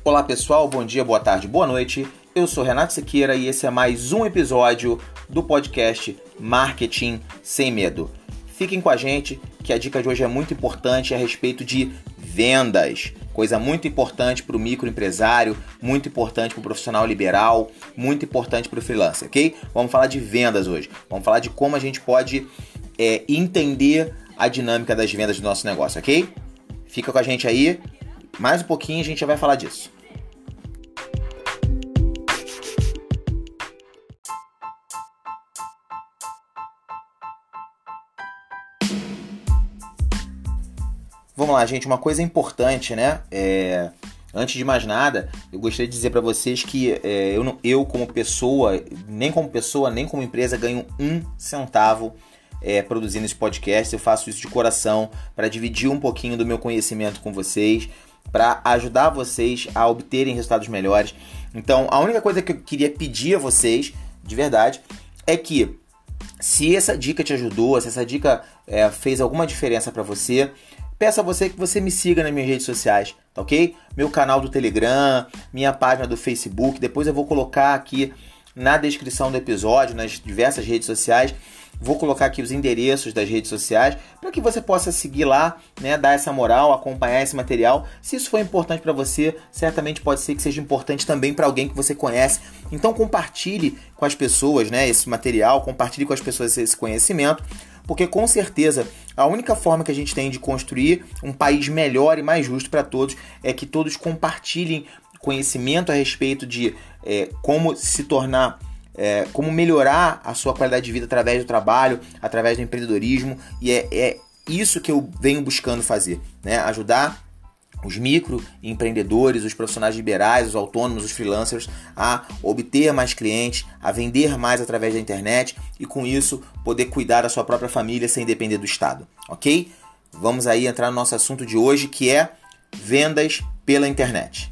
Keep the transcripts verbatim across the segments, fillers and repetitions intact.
Olá pessoal, bom dia, boa tarde, boa noite. Eu sou Renato Sequeira e esse é mais um episódio do podcast Marketing Sem Medo. Fiquem com a gente que a dica de hoje é muito importante a respeito de vendas. Coisa muito importante para o microempresário, muito importante para o profissional liberal, muito importante para o freelancer, ok? Vamos falar de vendas hoje. Vamos falar de como a gente pode é, entender a dinâmica das vendas do nosso negócio, ok? Fica com a gente aí. Mais um pouquinho a gente já vai falar disso. Vamos lá, gente, uma coisa importante, né? É, antes de mais nada, eu gostaria de dizer para vocês que é, eu, não, eu, como pessoa, nem como pessoa, nem como empresa, ganho um centavo é, produzindo esse podcast. Eu faço isso de coração para dividir um pouquinho do meu conhecimento com vocês, para ajudar vocês a obterem resultados melhores. Então, a única coisa que eu queria pedir a vocês, de verdade, é que se essa dica te ajudou, se essa dica é, fez alguma diferença para você, peço a você que você me siga nas minhas redes sociais, tá ok? Meu canal do Telegram, minha página do Facebook, depois eu vou colocar aqui na descrição do episódio, nas diversas redes sociais, vou colocar aqui os endereços das redes sociais para que você possa seguir lá, né, dar essa moral, acompanhar esse material. Se isso for importante para você, certamente pode ser que seja importante também para alguém que você conhece. Então compartilhe com as pessoas, né, esse material, compartilhe com as pessoas esse conhecimento, porque com certeza a única forma que a gente tem de construir um país melhor e mais justo para todos é que todos compartilhem conhecimento a respeito de é, como se tornar, é, como melhorar a sua qualidade de vida através do trabalho, através do empreendedorismo, e é, é isso que eu venho buscando fazer, né? Ajudar os microempreendedores, os profissionais liberais, os autônomos, os freelancers a obter mais clientes, a vender mais através da internet e com isso poder cuidar da sua própria família sem depender do Estado, ok? Vamos aí entrar no nosso assunto de hoje, que é vendas pela internet.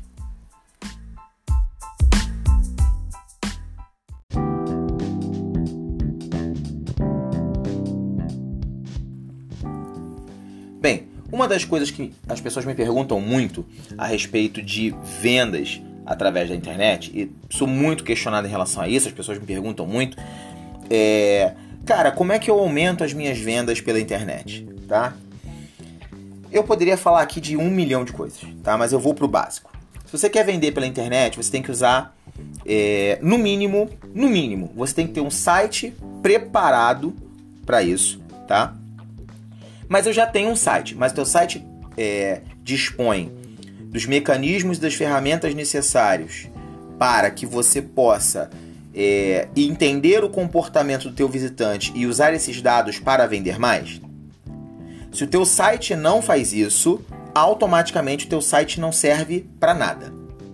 Bem, uma das coisas que as pessoas me perguntam muito a respeito de vendas através da internet, e sou muito questionado em relação a isso, as pessoas me perguntam muito, é... Cara, como é que eu aumento as minhas vendas pela internet, tá? Eu poderia falar aqui de um milhão de coisas, tá? Mas eu vou pro básico. Se você quer vender pela internet, você tem que usar, é... no mínimo, no mínimo, você tem que ter um site preparado para isso, tá? Mas eu já tenho um site, mas o teu site é, dispõe dos mecanismos e das ferramentas necessários para que você possa é, entender o comportamento do teu visitante e usar esses dados para vender mais? Se o teu site não faz isso, automaticamente o teu site não serve para nada.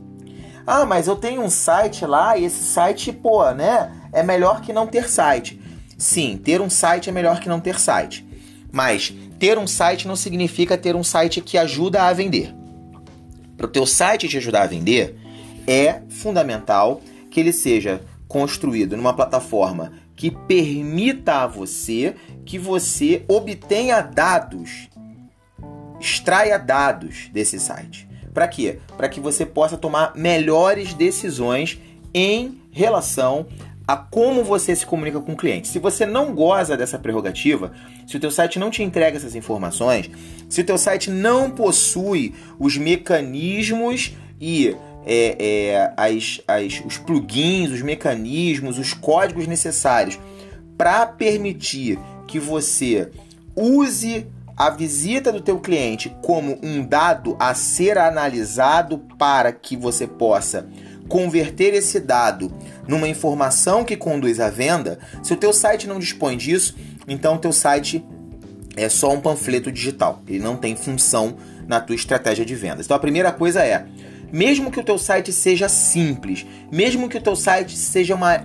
Ah, mas eu tenho um site lá e esse site, pô, né, é melhor que não ter site. Sim, ter um site é melhor que não ter site. Mas ter um site não significa ter um site que ajuda a vender. Para o teu site te ajudar a vender, é fundamental que ele seja construído numa plataforma que permita a você que você obtenha dados, extraia dados desse site. Para quê? Para que você possa tomar melhores decisões em relação a como você se comunica com o cliente. Se você não goza dessa prerrogativa, se o teu site não te entrega essas informações, se o teu site não possui os mecanismos e é, é, as, as, os plugins, os mecanismos, os códigos necessários para permitir que você use a visita do teu cliente como um dado a ser analisado para que você possa converter esse dado numa informação que conduz à venda, se o teu site não dispõe disso, então o teu site é só um panfleto digital. Ele não tem função na tua estratégia de vendas. Então a primeira coisa é, mesmo que o teu site seja simples, mesmo que o teu site seja uma,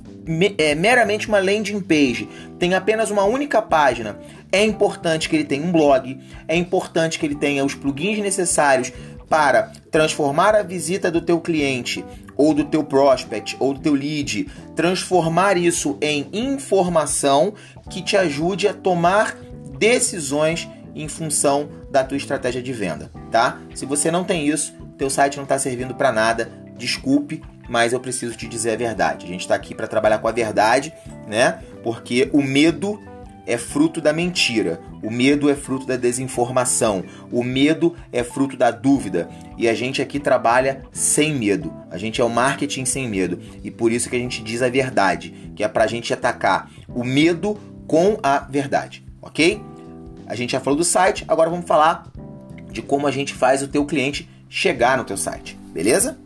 é, meramente uma landing page, tem apenas uma única página, é importante que ele tenha um blog, é importante que ele tenha os plugins necessários para transformar a visita do teu cliente, ou do teu prospect, ou do teu lead, transformar isso em informação que te ajude a tomar decisões em função da tua estratégia de venda, tá? Se você não tem isso, teu site não está servindo para nada, desculpe, mas eu preciso te dizer a verdade. A gente está aqui para trabalhar com a verdade, né? Porque o medo é fruto da mentira, o medo é fruto da desinformação, o medo é fruto da dúvida, e a gente aqui trabalha sem medo, a gente é o marketing sem medo, e por isso que a gente diz a verdade, que é pra gente atacar o medo com a verdade, ok? A gente já falou do site, agora vamos falar de como a gente faz o teu cliente chegar no teu site, beleza?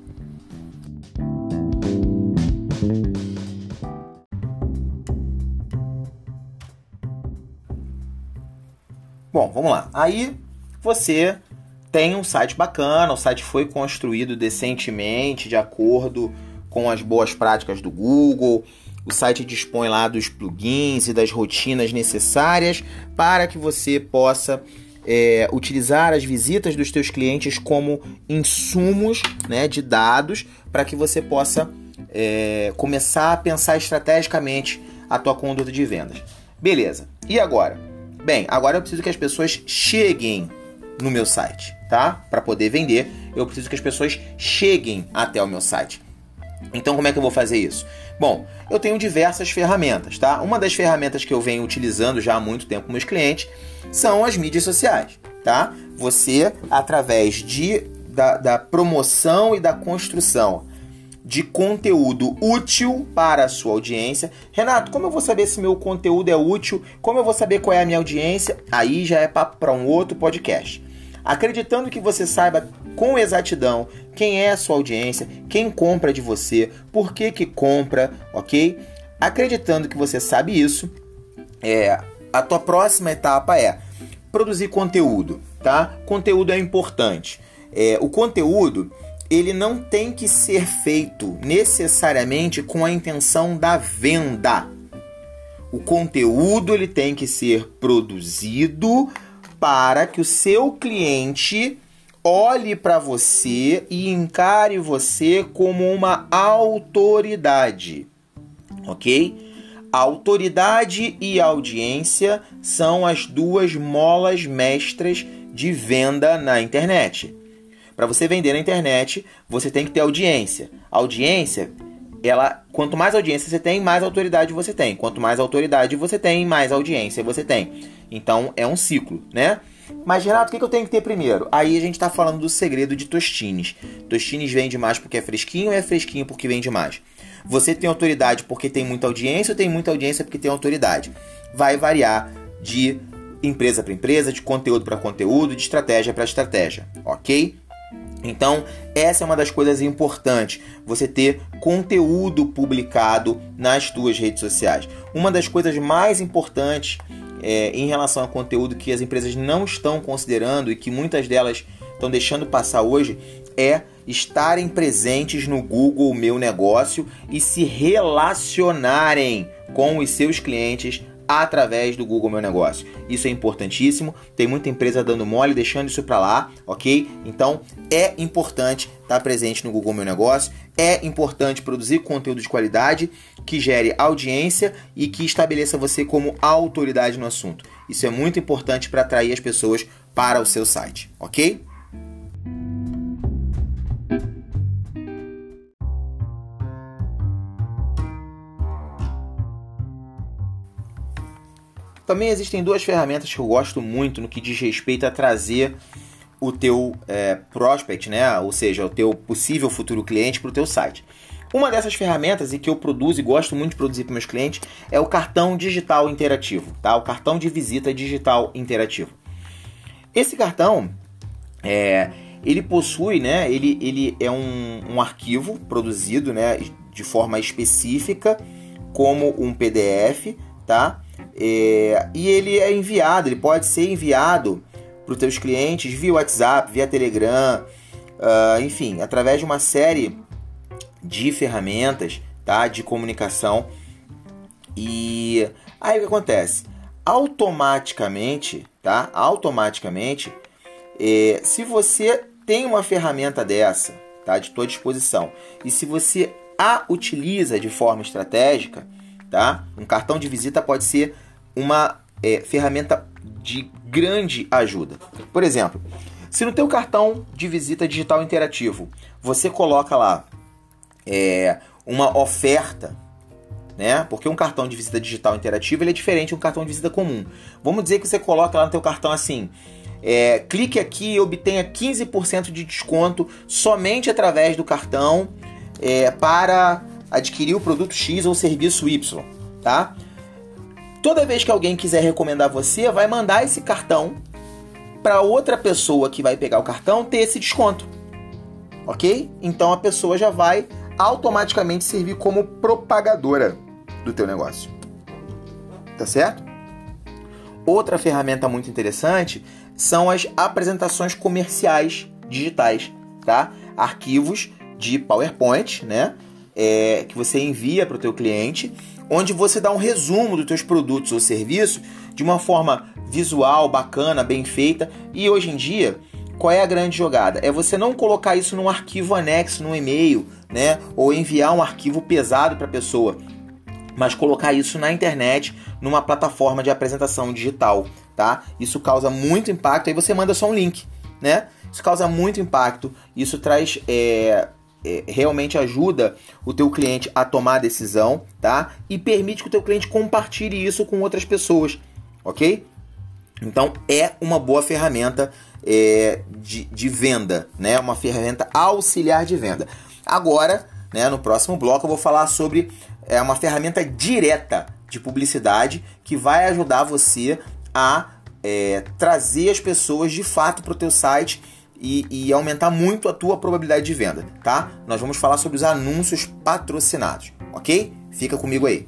Bom, vamos lá. Aí você tem um site bacana, o site foi construído decentemente, de acordo com as boas práticas do Google. O site dispõe lá dos plugins e das rotinas necessárias para que você possa é, utilizar as visitas dos teus clientes como insumos, né, de dados para que você possa é, começar a pensar estrategicamente a tua conduta de vendas. Beleza. E agora? Bem, agora eu preciso que as pessoas cheguem no meu site, tá? Para poder vender, eu preciso que as pessoas cheguem até o meu site. Então, como é que eu vou fazer isso? Bom, eu tenho diversas ferramentas, tá? Uma das ferramentas que eu venho utilizando já há muito tempo com meus clientes são as mídias sociais, tá? Você, através de, da, da promoção e da construção de conteúdo útil para a sua audiência. Renato, como eu vou saber se meu conteúdo é útil? Como eu vou saber qual é a minha audiência? Aí já é papo para um outro podcast. Acreditando que você saiba com exatidão quem é a sua audiência, quem compra de você, por que que compra, ok? Acreditando que você sabe isso, é, a tua próxima etapa é produzir conteúdo, tá? Conteúdo é importante. É, o conteúdo ele não tem que ser feito necessariamente com a intenção da venda. O conteúdo ele tem que ser produzido para que o seu cliente olhe para você e encare você como uma autoridade, ok? Autoridade e audiência são as duas molas mestras de venda na internet. Para você vender na internet, você tem que ter audiência. A audiência, ela, quanto mais audiência você tem, mais autoridade você tem. Quanto mais autoridade você tem, mais audiência você tem. Então, é um ciclo, né? Mas, Renato, o que eu tenho que ter primeiro? Aí a gente está falando do segredo de Tostines. Tostines vende mais porque é fresquinho ou é fresquinho porque vende mais? Você tem autoridade porque tem muita audiência ou tem muita audiência porque tem autoridade? Vai variar de empresa para empresa, de conteúdo para conteúdo, de estratégia para estratégia, ok? Então, essa é uma das coisas importantes, você ter conteúdo publicado nas tuas redes sociais. Uma das coisas mais importantes é, em relação a conteúdo que as empresas não estão considerando e que muitas delas estão deixando passar hoje é estarem presentes no Google Meu Negócio e se relacionarem com os seus clientes através do Google Meu Negócio. Isso é importantíssimo, tem muita empresa dando mole, deixando isso para lá, ok? Então, é importante estar presente no Google Meu Negócio, é importante produzir conteúdo de qualidade que gere audiência e que estabeleça você como autoridade no assunto. Isso é muito importante para atrair as pessoas para o seu site, ok? Também existem duas ferramentas que eu gosto muito no que diz respeito a trazer o teu é, prospect, né? Ou seja, o teu possível futuro cliente para o teu site. Uma dessas ferramentas e que eu produzo e gosto muito de produzir para meus clientes é o cartão digital interativo, tá? O cartão de visita digital interativo. Esse cartão, é, ele possui, né? Ele, ele é um, um arquivo produzido, né? De forma específica, como um P D F, tá? É, e ele é enviado, ele pode ser enviado para os teus clientes via WhatsApp, via Telegram, uh, enfim, através de uma série de ferramentas, tá, de comunicação. E aí o que acontece? Automaticamente, tá? Automaticamente, é, se você tem uma ferramenta dessa, tá, de tua disposição, e se você a utiliza de forma estratégica, tá? Um cartão de visita pode ser uma é, ferramenta de grande ajuda. Por exemplo, Se no teu cartão de visita digital interativo você coloca lá é, uma oferta, né? Porque um cartão de visita digital interativo ele é diferente de um cartão de visita comum. Vamos dizer que você coloca lá no teu cartão assim, é, clique aqui e obtenha quinze por cento de desconto somente através do cartão é, para adquirir o produto X ou serviço Y, tá? Toda vez que alguém quiser recomendar você, vai mandar esse cartão para outra pessoa que vai pegar o cartão ter esse desconto, ok? Então a pessoa já vai automaticamente servir como propagadora do teu negócio, tá certo? Outra ferramenta muito interessante são as apresentações comerciais digitais, tá? Arquivos de PowerPoint, né? É, que você envia para o teu cliente, onde você dá um resumo dos teus produtos ou serviços de uma forma visual, bacana, bem feita. E hoje em dia, qual é a grande jogada? É você não colocar isso num arquivo anexo, num e-mail, né? Ou enviar um arquivo pesado para a pessoa, mas colocar isso na internet, numa plataforma de apresentação digital, tá? Isso causa muito impacto. Aí você manda só um link, né? Isso causa muito impacto. Isso traz... É... É, realmente ajuda o teu cliente a tomar a decisão, tá? E permite que o teu cliente compartilhe isso com outras pessoas, ok? Então é uma boa ferramenta é, de, de venda, né? Uma ferramenta auxiliar de venda. Agora, né, no próximo bloco eu vou falar sobre é, uma ferramenta direta de publicidade que vai ajudar você a é, trazer as pessoas de fato para o teu site E, e aumentar muito a tua probabilidade de venda, tá? Nós vamos falar sobre os anúncios patrocinados, ok? Fica comigo aí.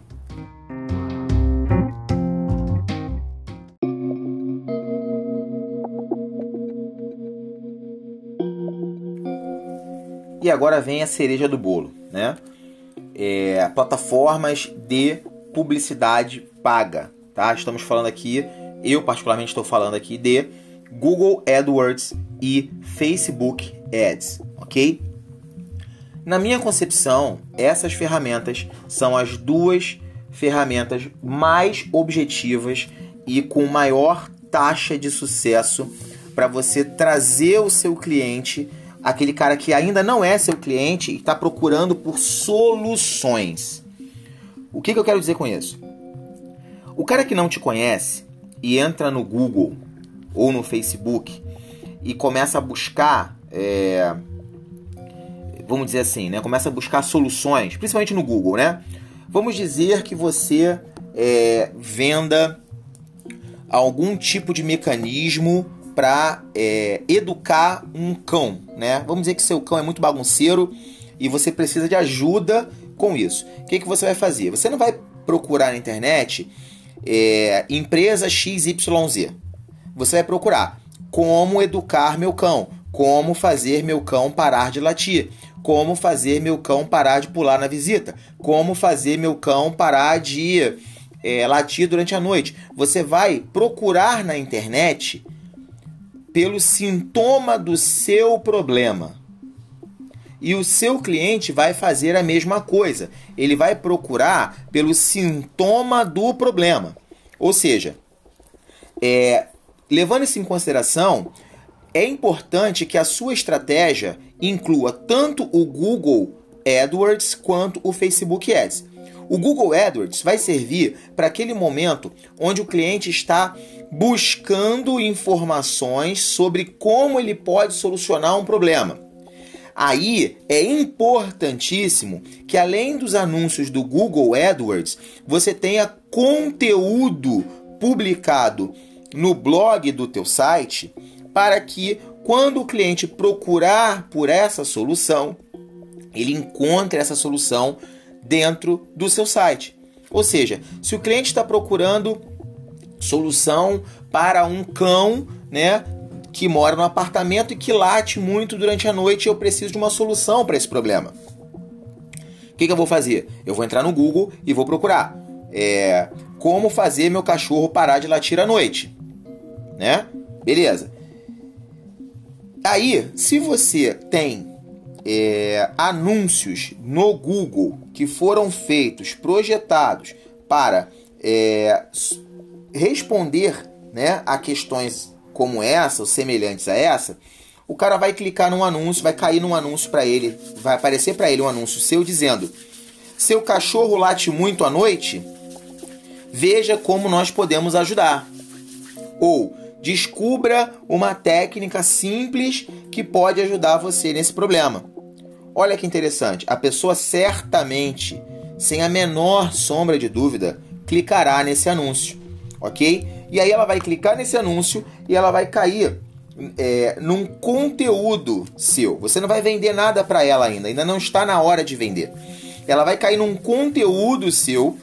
E agora vem a cereja do bolo, né? É, plataformas de publicidade paga, tá? Estamos falando aqui, eu particularmente estou falando aqui de Google AdWords e Facebook Ads, ok? Na minha concepção, essas ferramentas são as duas ferramentas mais objetivas e com maior taxa de sucesso para você trazer o seu cliente, aquele cara que ainda não é seu cliente e está procurando por soluções. O que, que eu quero dizer com isso? O cara que não te conhece e entra no Google ou no Facebook e começa a buscar, é, vamos dizer assim, né? Começa a buscar soluções, principalmente no Google, né? Vamos dizer que você é, venda algum tipo de mecanismo para é, educar um cão, né? Vamos dizer que seu cão é muito bagunceiro e você precisa de ajuda com isso. O que, que você vai fazer? Você não vai procurar na internet é, empresa X Y Z. Você vai procurar como educar meu cão, como fazer meu cão parar de latir, como fazer meu cão parar de pular na visita, como fazer meu cão parar de é, latir durante a noite. Você vai procurar na internet pelo sintoma do seu problema. E o seu cliente vai fazer a mesma coisa. Ele vai procurar pelo sintoma do problema. Ou seja, é... levando isso em consideração, é importante que a sua estratégia inclua tanto o Google AdWords quanto o Facebook Ads. O Google AdWords vai servir para aquele momento onde o cliente está buscando informações sobre como ele pode solucionar um problema. Aí é importantíssimo que, além dos anúncios do Google AdWords, você tenha conteúdo publicado no blog do teu site, para que quando o cliente procurar por essa solução, ele encontre essa solução dentro do seu site. Ou seja, se o cliente está procurando solução para um cão, né, que mora no apartamento e que late muito durante a noite, eu preciso de uma solução para esse problema. O que, que eu vou fazer? Eu vou entrar no Google e vou procurar é, como fazer meu cachorro parar de latir à noite. Né? Beleza. Aí, se você tem é, anúncios no Google que foram feitos, projetados para é, responder, né, a questões como essa, ou semelhantes a essa, o cara vai clicar num anúncio, vai cair num anúncio para ele, vai aparecer para ele um anúncio seu dizendo: seu cachorro late muito à noite? Veja como nós podemos ajudar. Ou descubra uma técnica simples que pode ajudar você nesse problema. Olha que interessante, a pessoa certamente, sem a menor sombra de dúvida, clicará nesse anúncio, ok? E aí ela vai clicar nesse anúncio e ela vai cair é, num conteúdo seu. Você não vai vender nada para ela ainda, ainda não está na hora de vender. Ela vai cair num conteúdo seu,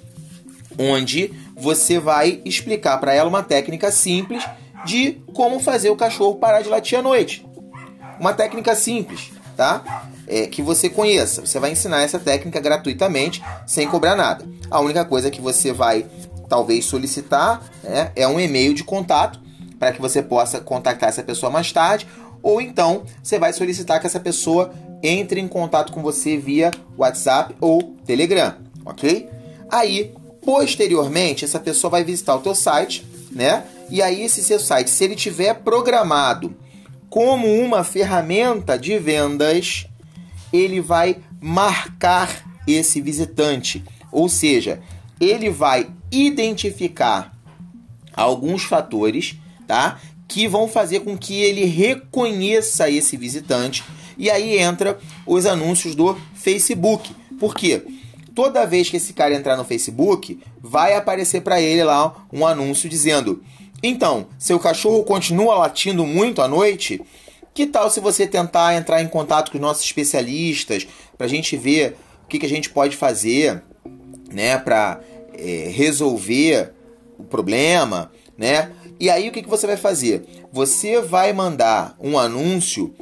onde você vai explicar para ela uma técnica simples de como fazer o cachorro parar de latir à noite. Uma técnica simples, tá? É, que você conheça. Você vai ensinar essa técnica gratuitamente, sem cobrar nada. A única coisa que você vai, talvez, solicitar, né, é um e-mail de contato para que você possa contactar essa pessoa mais tarde, ou então você vai solicitar que essa pessoa entre em contato com você via WhatsApp ou Telegram, ok? Aí, posteriormente, essa pessoa vai visitar o teu site, né? E aí esse seu site, se ele tiver programado como uma ferramenta de vendas, ele vai marcar esse visitante. Ou seja, ele vai identificar alguns fatores, tá? Que vão fazer com que ele reconheça esse visitante. E aí entra os anúncios do Facebook. Por quê? Toda vez que esse cara entrar no Facebook, vai aparecer para ele lá um anúncio dizendo: então, seu cachorro continua latindo muito à noite? Que tal se você tentar entrar em contato com os nossos especialistas para a gente ver o que, que a gente pode fazer, né, para é, resolver o problema, né? E aí o que, que você vai fazer? Você vai mandar um anúncio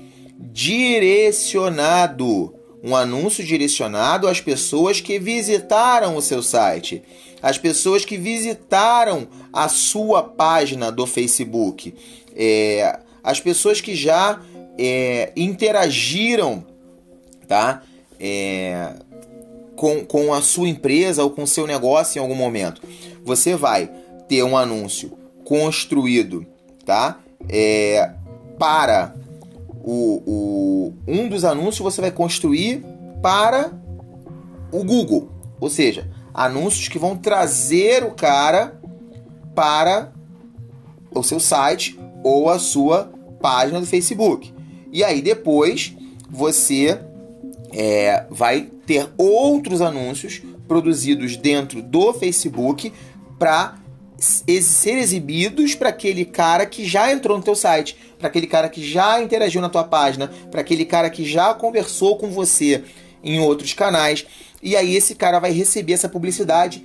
direcionado, um anúncio direcionado às pessoas que visitaram o seu site, às pessoas que visitaram a sua página do Facebook, é, as pessoas que já é, interagiram, tá? É, com, com a sua empresa ou com o seu negócio em algum momento. Você vai ter um anúncio construído, tá? É, para o, o, um dos anúncios você vai construir para o Google, ou seja, anúncios que vão trazer o cara para o seu site ou a sua página do Facebook. E aí depois você é, vai ter outros anúncios produzidos dentro do Facebook para ser exibidos para aquele cara que já entrou no teu site, para aquele cara que já interagiu na tua página, para aquele cara que já conversou com você em outros canais. E aí esse cara vai receber essa publicidade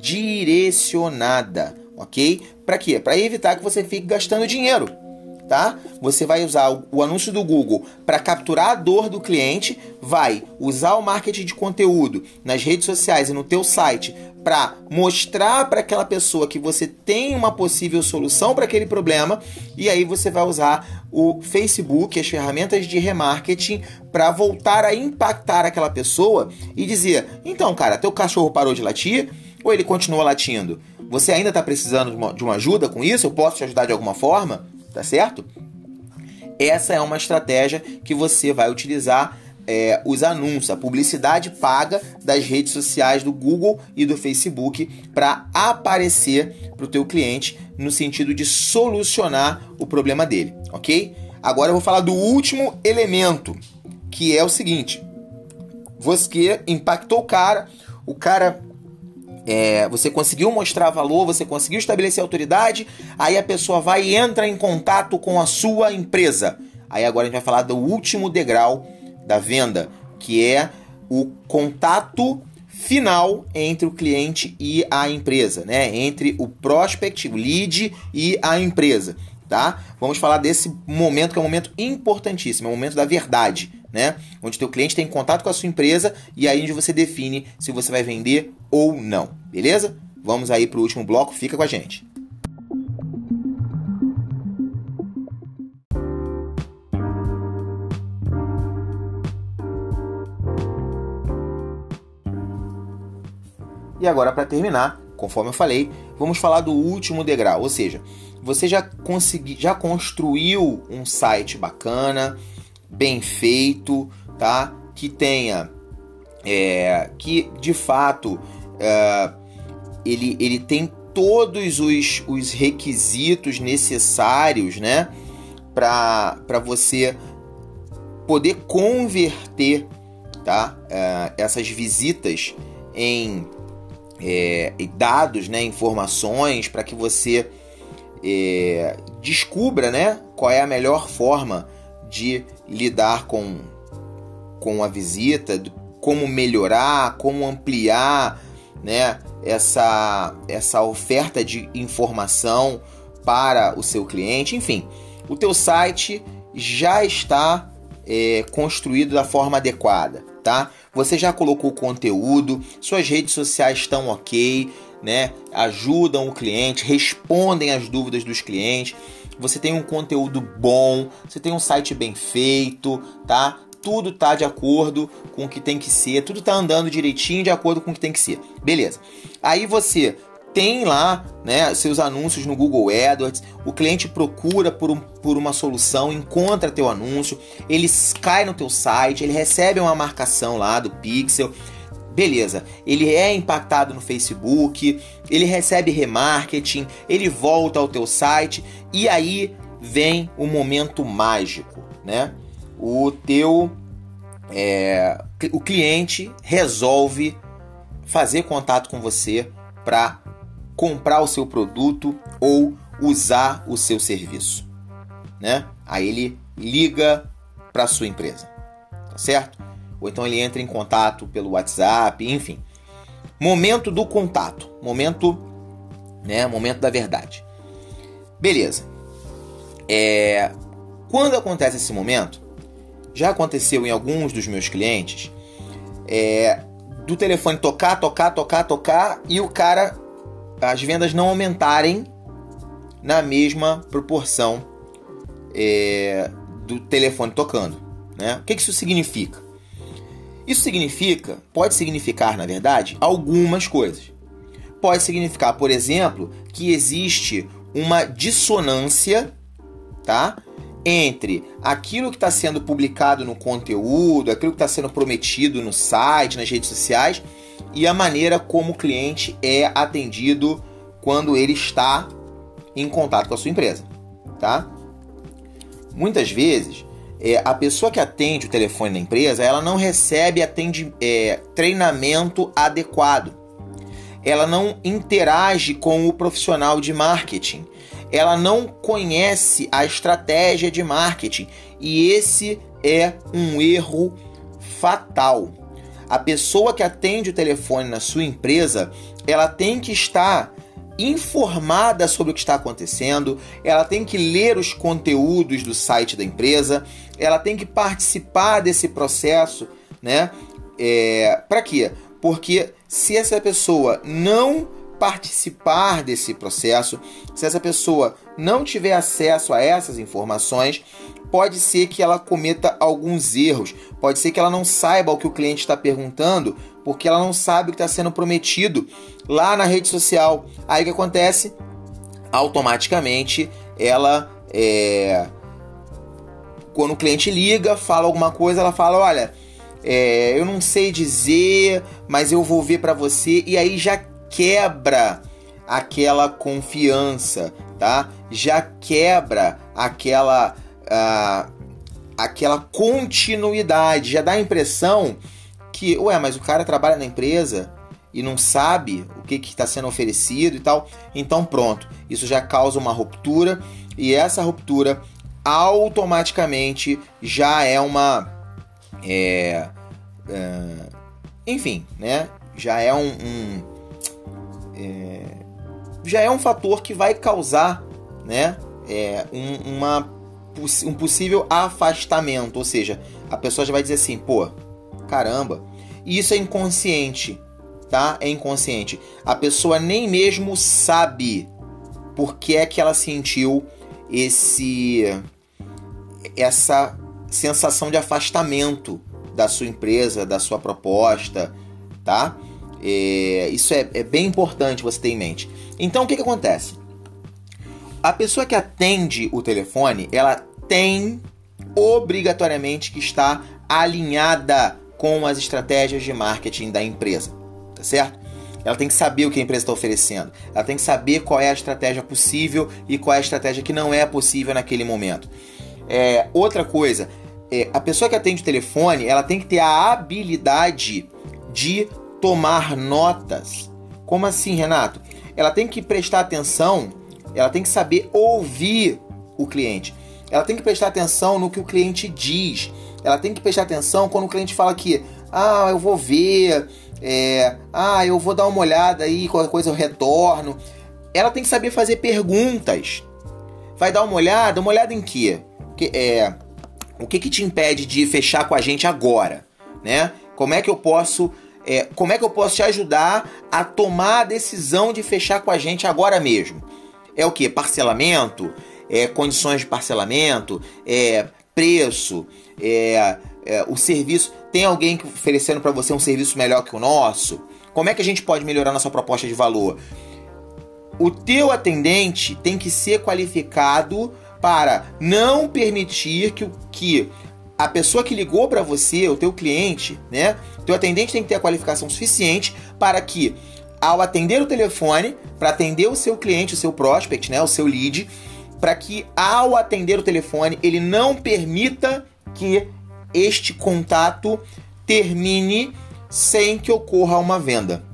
direcionada, ok? Para quê? Para evitar que você fique gastando dinheiro, tá? Você vai usar o anúncio do Google para capturar a dor do cliente, vai usar o marketing de conteúdo nas redes sociais e no teu site para mostrar para aquela pessoa que você tem uma possível solução para aquele problema, e aí você vai usar o Facebook, as ferramentas de remarketing, para voltar a impactar aquela pessoa e dizer: então, cara, teu cachorro parou de latir ou ele continua latindo? Você ainda está precisando de uma, de uma ajuda com isso? Eu posso te ajudar de alguma forma? Tá certo? Essa é uma estratégia que você vai utilizar, é, os anúncios, a publicidade paga das redes sociais do Google e do Facebook para aparecer para o teu cliente no sentido de solucionar o problema dele, ok? Agora eu vou falar do último elemento, que é o seguinte: você impactou o cara, o cara... É, você conseguiu mostrar valor, você conseguiu estabelecer autoridade, aí a pessoa vai e entra em contato com a sua empresa. Aí agora a gente vai falar do último degrau da venda, que é o contato final entre o cliente e a empresa, né? Entre o prospect, o lead e a empresa, tá? Vamos falar desse momento que é um momento importantíssimo, é o momento da verdade, né? Onde teu cliente tem contato com a sua empresa e aí onde você define se você vai vender ou não, beleza? Vamos aí para o último bloco, fica com a gente. E agora, para terminar, conforme eu falei, vamos falar do último degrau, ou seja, você já consegui, já construiu um site bacana, bem feito, tá? Que tenha, é, que de fato é, ele, ele tem todos os, os requisitos necessários, né? Para você poder converter, tá? É, essas visitas em, é, em dados, né? Informações, para que você é, descubra, né? Qual é a melhor forma de lidar com, com a visita, como melhorar, como ampliar, né? essa, essa oferta de informação para o seu cliente. Enfim, o teu site já está é, construído da forma adequada, tá? Você já colocou o conteúdo, suas redes sociais estão ok, né? Ajudam o cliente, respondem às dúvidas dos clientes, você tem um conteúdo bom, você tem um site bem feito, tá? Tudo tá de acordo com o que tem que ser, tudo tá andando direitinho de acordo com o que tem que ser. Beleza. Aí você tem lá, né, seus anúncios no Google AdWords, o cliente procura por, um, por uma solução, encontra teu anúncio, ele cai no teu site, ele recebe uma marcação lá do Pixel, beleza, ele é impactado no Facebook, ele recebe remarketing, ele volta ao teu site e aí vem o momento mágico, né? O teu é, o cliente resolve fazer contato com você para comprar o seu produto ou usar o seu serviço, né? Aí ele liga para a sua empresa, tá certo? Ou então ele entra em contato pelo WhatsApp, enfim. Momento do contato, momento, né? Momento da verdade. Beleza. É, quando acontece esse momento, já aconteceu em alguns dos meus clientes, é, do telefone tocar, tocar, tocar, tocar e o cara, as vendas não aumentarem na mesma proporção é, do telefone tocando, né? O que isso significa? Isso significa, pode significar, na verdade, algumas coisas. Pode significar, por exemplo, que existe uma dissonância, tá? Entre aquilo que está sendo publicado no conteúdo, aquilo que está sendo prometido no site, nas redes sociais, e a maneira como o cliente é atendido quando ele está em contato com a sua empresa, tá? Muitas vezes, é, a pessoa que atende o telefone da empresa, ela não recebe atende, é, treinamento adequado. Ela não interage com o profissional de marketing. Ela não conhece a estratégia de marketing. E esse é um erro fatal. A pessoa que atende o telefone na sua empresa, ela tem que estar informada sobre o que está acontecendo, ela tem que ler os conteúdos do site da empresa, ela tem que participar desse processo, né? É, para quê? Porque se essa pessoa não participar desse processo, se essa pessoa não tiver acesso a essas informações, pode ser que ela cometa alguns erros, pode ser que ela não saiba o que o cliente está perguntando, porque ela não sabe o que está sendo prometido lá na rede social. Aí o que acontece? Automaticamente ela, é... quando o cliente liga, fala alguma coisa, ela fala, olha, é, eu não sei dizer, mas eu vou ver para você, e aí já quebra aquela confiança, tá? Já quebra aquela, uh, aquela continuidade, já dá a impressão que, ué, mas o cara trabalha na empresa e não sabe o que está sendo oferecido e tal. Então pronto, isso já causa uma ruptura e essa ruptura automaticamente já é uma... É, é, enfim, né? Já é um... um É, já é um fator que vai causar, né, é, um, uma, um possível afastamento, ou seja, a pessoa já vai dizer assim, pô, caramba, e isso é inconsciente, tá? É inconsciente. A pessoa nem mesmo sabe por que é que ela sentiu esse, essa sensação de afastamento da sua empresa, da sua proposta, tá? É, isso é, é bem importante você ter em mente. Então, o que, que acontece? A pessoa que atende o telefone, ela tem obrigatoriamente que estar alinhada com as estratégias de marketing da empresa, tá certo? Ela tem que saber o que a empresa está oferecendo. Ela tem que saber qual é a estratégia possível e qual é a estratégia que não é possível naquele momento. É, outra coisa, é, a pessoa que atende o telefone, ela tem que ter a habilidade de tomar notas. Como assim, Renato? Ela tem que prestar atenção, ela tem que saber ouvir o cliente. Ela tem que prestar atenção no que o cliente diz. Ela tem que prestar atenção quando o cliente fala que ah, eu vou ver, é, ah, eu vou dar uma olhada aí, qualquer coisa eu retorno. Ela tem que saber fazer perguntas. Vai dar uma olhada? Uma olhada em quê? Que, é, o que, que te impede de fechar com a gente agora? Né? Como é que eu posso... É, como é que eu posso te ajudar a tomar a decisão de fechar com a gente agora mesmo? É o que? Parcelamento? É, condições de parcelamento? É, preço? É, é, o serviço? Tem alguém oferecendo para você um serviço melhor que o nosso? Como é que a gente pode melhorar nossa proposta de valor? O teu atendente tem que ser qualificado para não permitir que, que a pessoa que ligou para você, o teu cliente, né? Teu atendente tem que ter a qualificação suficiente para que, ao atender o telefone, para atender o seu cliente, o seu prospect, né? O seu lead, para que, ao atender o telefone, ele não permita que este contato termine sem que ocorra uma venda.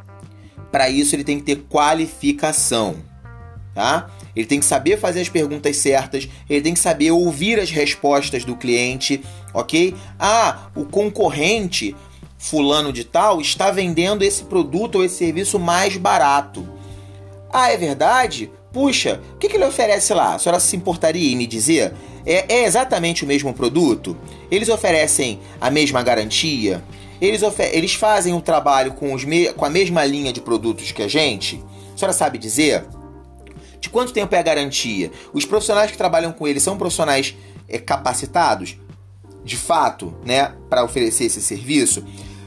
Para isso, ele tem que ter qualificação, tá? Ele tem que saber fazer as perguntas certas, ele tem que saber ouvir as respostas do cliente, ok? Ah, o concorrente fulano de tal está vendendo esse produto ou esse serviço mais barato. Ah, é verdade? Puxa, o que, que ele oferece lá? A senhora se importaria em me dizer? É, é exatamente o mesmo produto? Eles oferecem a mesma garantia? Eles, ofer- eles fazem o trabalho com, os me- com a mesma linha de produtos que a gente? A senhora sabe dizer? De quanto tempo é a garantia? Os profissionais que trabalham com eles são profissionais é, capacitados, de fato, né, para oferecer esse serviço?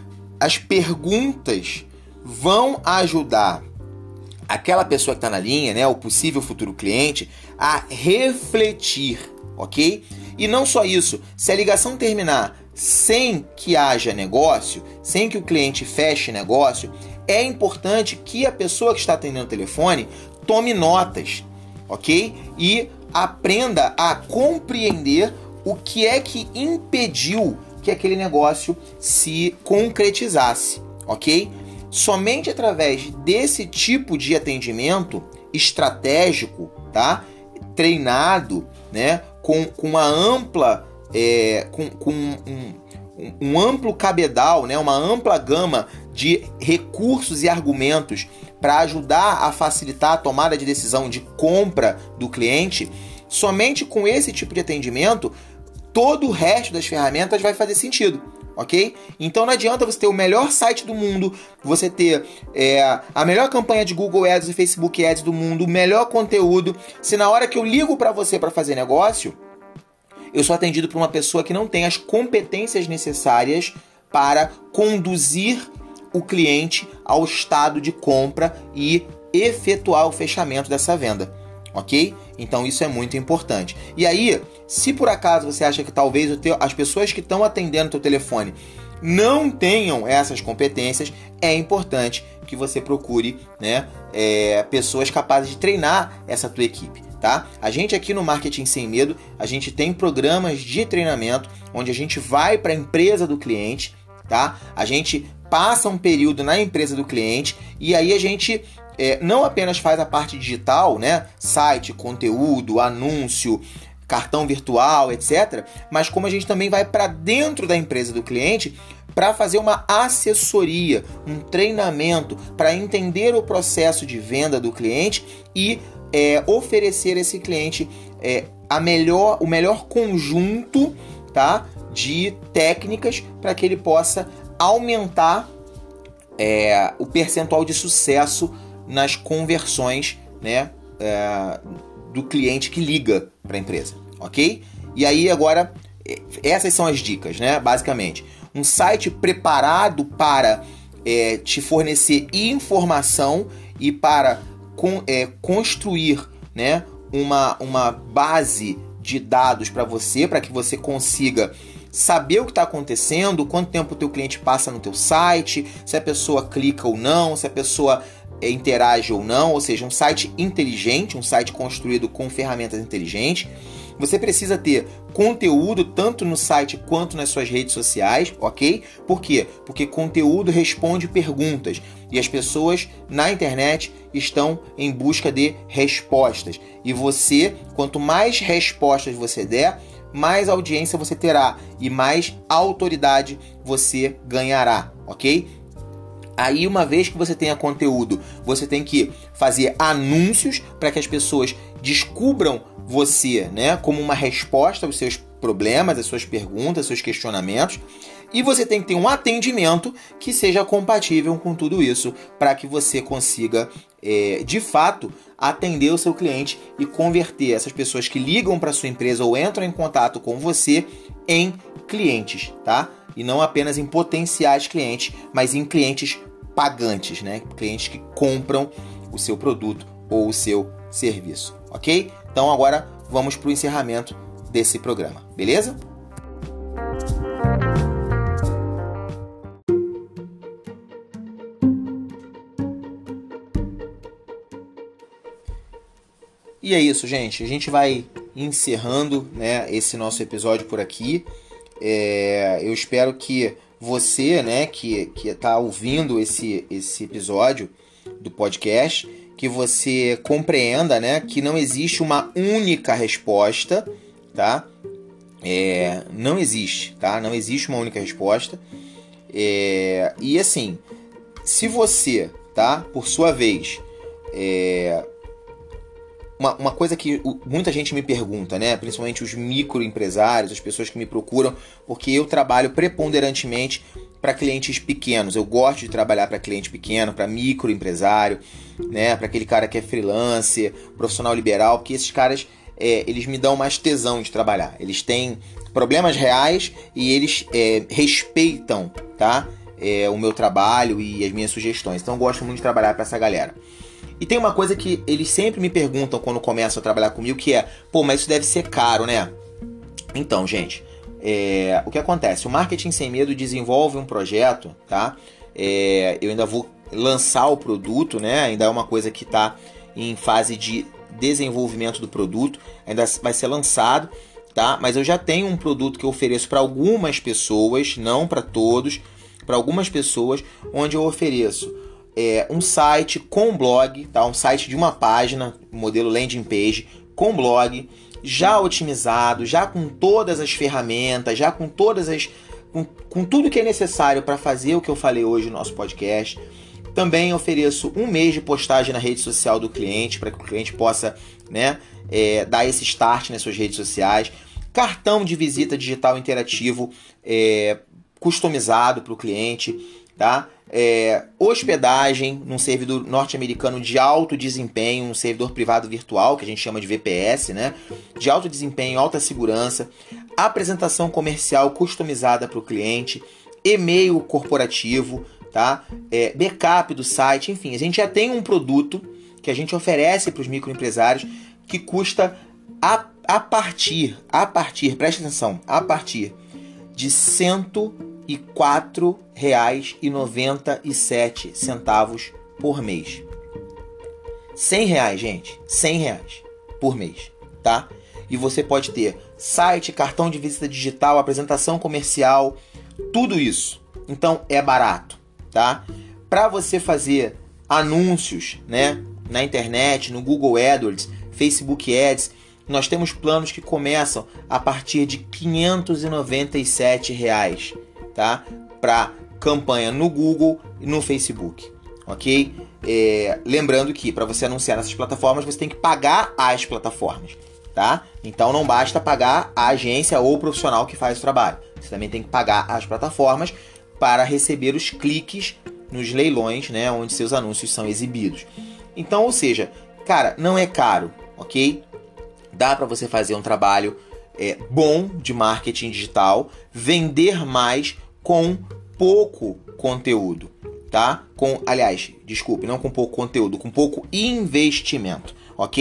As perguntas vão ajudar aquela pessoa que está na linha, né, o possível futuro cliente, a refletir, ok? E não só isso, se a ligação terminar sem que haja negócio, sem que o cliente feche negócio, é importante que a pessoa que está atendendo o telefone tome notas, ok? E aprenda a compreender o que é que impediu que aquele negócio se concretizasse, ok? Somente através desse tipo de atendimento estratégico, tá? Treinado, né? Com, com uma ampla, é, com, com um, um, um amplo cabedal, né? Uma ampla gama de recursos e argumentos para ajudar a facilitar a tomada de decisão de compra do cliente. Somente com esse tipo de atendimento, todo o resto das ferramentas vai fazer sentido, ok? Então não adianta você ter o melhor site do mundo, você ter é, a melhor campanha de Google Ads e Facebook Ads do mundo, o melhor conteúdo, se na hora que eu ligo para você para fazer negócio, eu sou atendido por uma pessoa que não tem as competências necessárias para conduzir o cliente ao estado de compra e efetuar o fechamento dessa venda, ok? Então isso é muito importante. E aí, se por acaso você acha que talvez o teu, as pessoas que estão atendendo o teu telefone não tenham essas competências, é importante que você procure, né, é, pessoas capazes de treinar essa tua equipe, tá? A gente aqui no Marketing Sem Medo, a gente tem programas de treinamento onde a gente vai para a empresa do cliente, tá? A gente passa um período na empresa do cliente e aí a gente é, não apenas faz a parte digital, né? Site, conteúdo, anúncio, cartão virtual, etcétera. Mas como a gente também vai para dentro da empresa do cliente para fazer uma assessoria, um treinamento para entender o processo de venda do cliente e é, oferecer a esse cliente é, a melhor, o melhor conjunto, tá, de técnicas para que ele possa aumentar é, o percentual de sucesso nas conversões, né, é, do cliente que liga para a empresa, ok? E aí agora, essas são as dicas, né, basicamente. Um site preparado para é, te fornecer informação e para con, é, construir, né, uma, uma base de dados para você, para que você consiga saber o que está acontecendo, quanto tempo o teu cliente passa no teu site, se a pessoa clica ou não, se a pessoa é, interage ou não, ou seja, um site inteligente, um site construído com ferramentas inteligentes. Você precisa ter conteúdo tanto no site quanto nas suas redes sociais, ok? Por quê? Porque conteúdo responde perguntas e as pessoas na internet estão em busca de respostas. E você, quanto mais respostas você der, mais audiência você terá e mais autoridade você ganhará, ok? Aí, uma vez que você tenha conteúdo, você tem que fazer anúncios para que as pessoas descubram você, né, como uma resposta aos seus problemas, às suas perguntas, aos seus questionamentos. E você tem que ter um atendimento que seja compatível com tudo isso para que você consiga, é, de fato, atender o seu cliente e converter essas pessoas que ligam para sua empresa ou entram em contato com você em clientes, tá? E não apenas em potenciais clientes, mas em clientes pagantes, né? Clientes que compram o seu produto ou o seu serviço, ok? Então agora vamos para o encerramento desse programa, beleza? E é isso, gente. A gente vai encerrando, né, esse nosso episódio por aqui. É, eu espero que você, né, que que está ouvindo esse, esse episódio do podcast, que você compreenda, né, que não existe uma única resposta, tá? É, não existe, tá? Não existe uma única resposta. É, e assim, se você, tá, por sua vez, é, Uma, uma coisa que muita gente me pergunta, né? Principalmente os microempresários, as pessoas que me procuram, porque eu trabalho preponderantemente para clientes pequenos. Eu gosto de trabalhar para cliente pequeno, para microempresário, né? Para aquele cara que é freelancer, profissional liberal, porque esses caras, é, eles me dão mais tesão de trabalhar. Eles têm problemas reais e eles é, respeitam, tá? É, o meu trabalho e as minhas sugestões. Então eu gosto muito de trabalhar para essa galera. E tem uma coisa que eles sempre me perguntam quando começam a trabalhar comigo, que é, pô, mas isso deve ser caro, né? Então, gente, é, o que acontece? O Marketing Sem Medo desenvolve um projeto, tá? É, eu ainda vou lançar o produto, né? Ainda é uma coisa que está em fase de desenvolvimento do produto, ainda vai ser lançado, tá? Mas eu já tenho um produto que eu ofereço para algumas pessoas, não para todos, para algumas pessoas, onde eu ofereço É, um site com blog, tá? Um site de uma página, modelo landing page, com blog, já otimizado, já com todas as ferramentas, já com todas as. com, com tudo que é necessário para fazer o que eu falei hoje no nosso podcast. Também ofereço um mês de postagem na rede social do cliente, para que o cliente possa, né, é, dar esse start nas suas redes sociais. Cartão de visita digital interativo é, customizado para o cliente, tá? É, hospedagem num servidor norte-americano de alto desempenho, um servidor privado virtual, que a gente chama de V P S, né? De alto desempenho, alta segurança, apresentação comercial customizada para o cliente, e-mail corporativo, tá? É, backup do site, enfim, a gente já tem um produto que a gente oferece para os microempresários que custa a, a partir, a partir, presta atenção, a partir de cento e quatro reais e noventa e sete centavos por mês. cem reais, gente. cem reais por mês, tá? E você pode ter site, cartão de visita digital, apresentação comercial, tudo isso. Então é barato, tá? Para você fazer anúncios, né, na internet, no Google AdWords, Facebook Ads, nós temos planos que começam a partir de quinhentos e noventa e sete reais. Tá? Para campanha no Google e no Facebook, ok? É, lembrando que para você anunciar nessas plataformas você tem que pagar as plataformas, tá? Então não basta pagar a agência ou o profissional que faz o trabalho, você também tem que pagar as plataformas para receber os cliques nos leilões, né, onde seus anúncios são exibidos. Então, ou seja, cara, não é caro, ok? Dá para você fazer um trabalho É, bom de marketing digital, vender mais com pouco conteúdo, tá? Com, aliás, desculpe, não com pouco conteúdo, com pouco investimento, ok?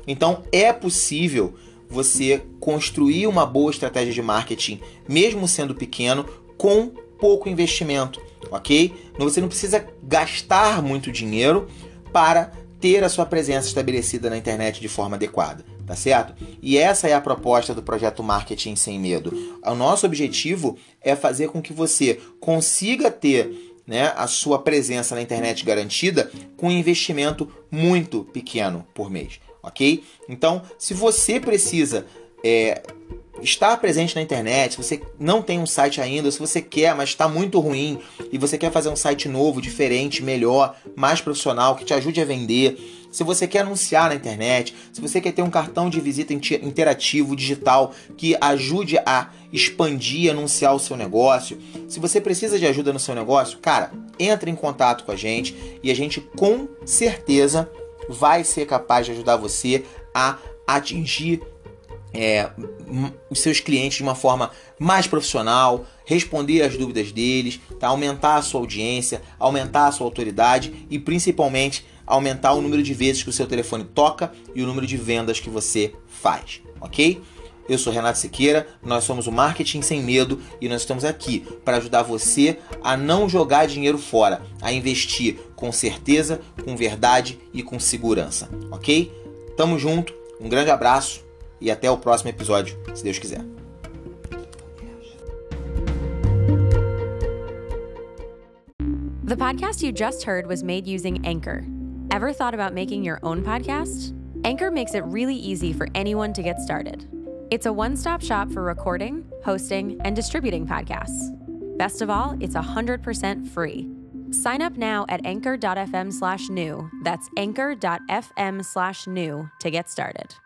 Então é possível você construir uma boa estratégia de marketing, mesmo sendo pequeno, com pouco investimento, ok? Você não precisa gastar muito dinheiro para ter a sua presença estabelecida na internet de forma adequada, tá certo? E essa é a proposta do projeto Marketing Sem Medo. O nosso objetivo é fazer com que você consiga ter, né, a sua presença na internet garantida com um investimento muito pequeno por mês, ok? Então, se você precisa é, estar presente na internet, se você não tem um site ainda, se você quer, mas está muito ruim e você quer fazer um site novo, diferente, melhor, mais profissional, que te ajude a vender, se você quer anunciar na internet, se você quer ter um cartão de visita interativo, digital, que ajude a expandir e anunciar o seu negócio, se você precisa de ajuda no seu negócio, cara, entre em contato com a gente e a gente com certeza vai ser capaz de ajudar você a atingir É, os seus clientes de uma forma mais profissional, responder às dúvidas deles, tá? Aumentar a sua audiência, aumentar a sua autoridade e principalmente aumentar o número de vezes que o seu telefone toca e o número de vendas que você faz, ok? Eu sou Renato Siqueira, nós somos o Marketing Sem Medo e nós estamos aqui para ajudar você a não jogar dinheiro fora, a investir com certeza, com verdade e com segurança, ok? Tamo junto, um grande abraço e até o próximo episódio, se Deus quiser. The podcast you just heard was made using Anchor. Ever thought about making your own podcast? Anchor makes it really easy for anyone to get started. It's a one-stop shop for recording, hosting, and distributing podcasts. Best of all, it's one hundred percent free. Sign up now at anchor.fm slash new. That's anchor.fm slash new to get started.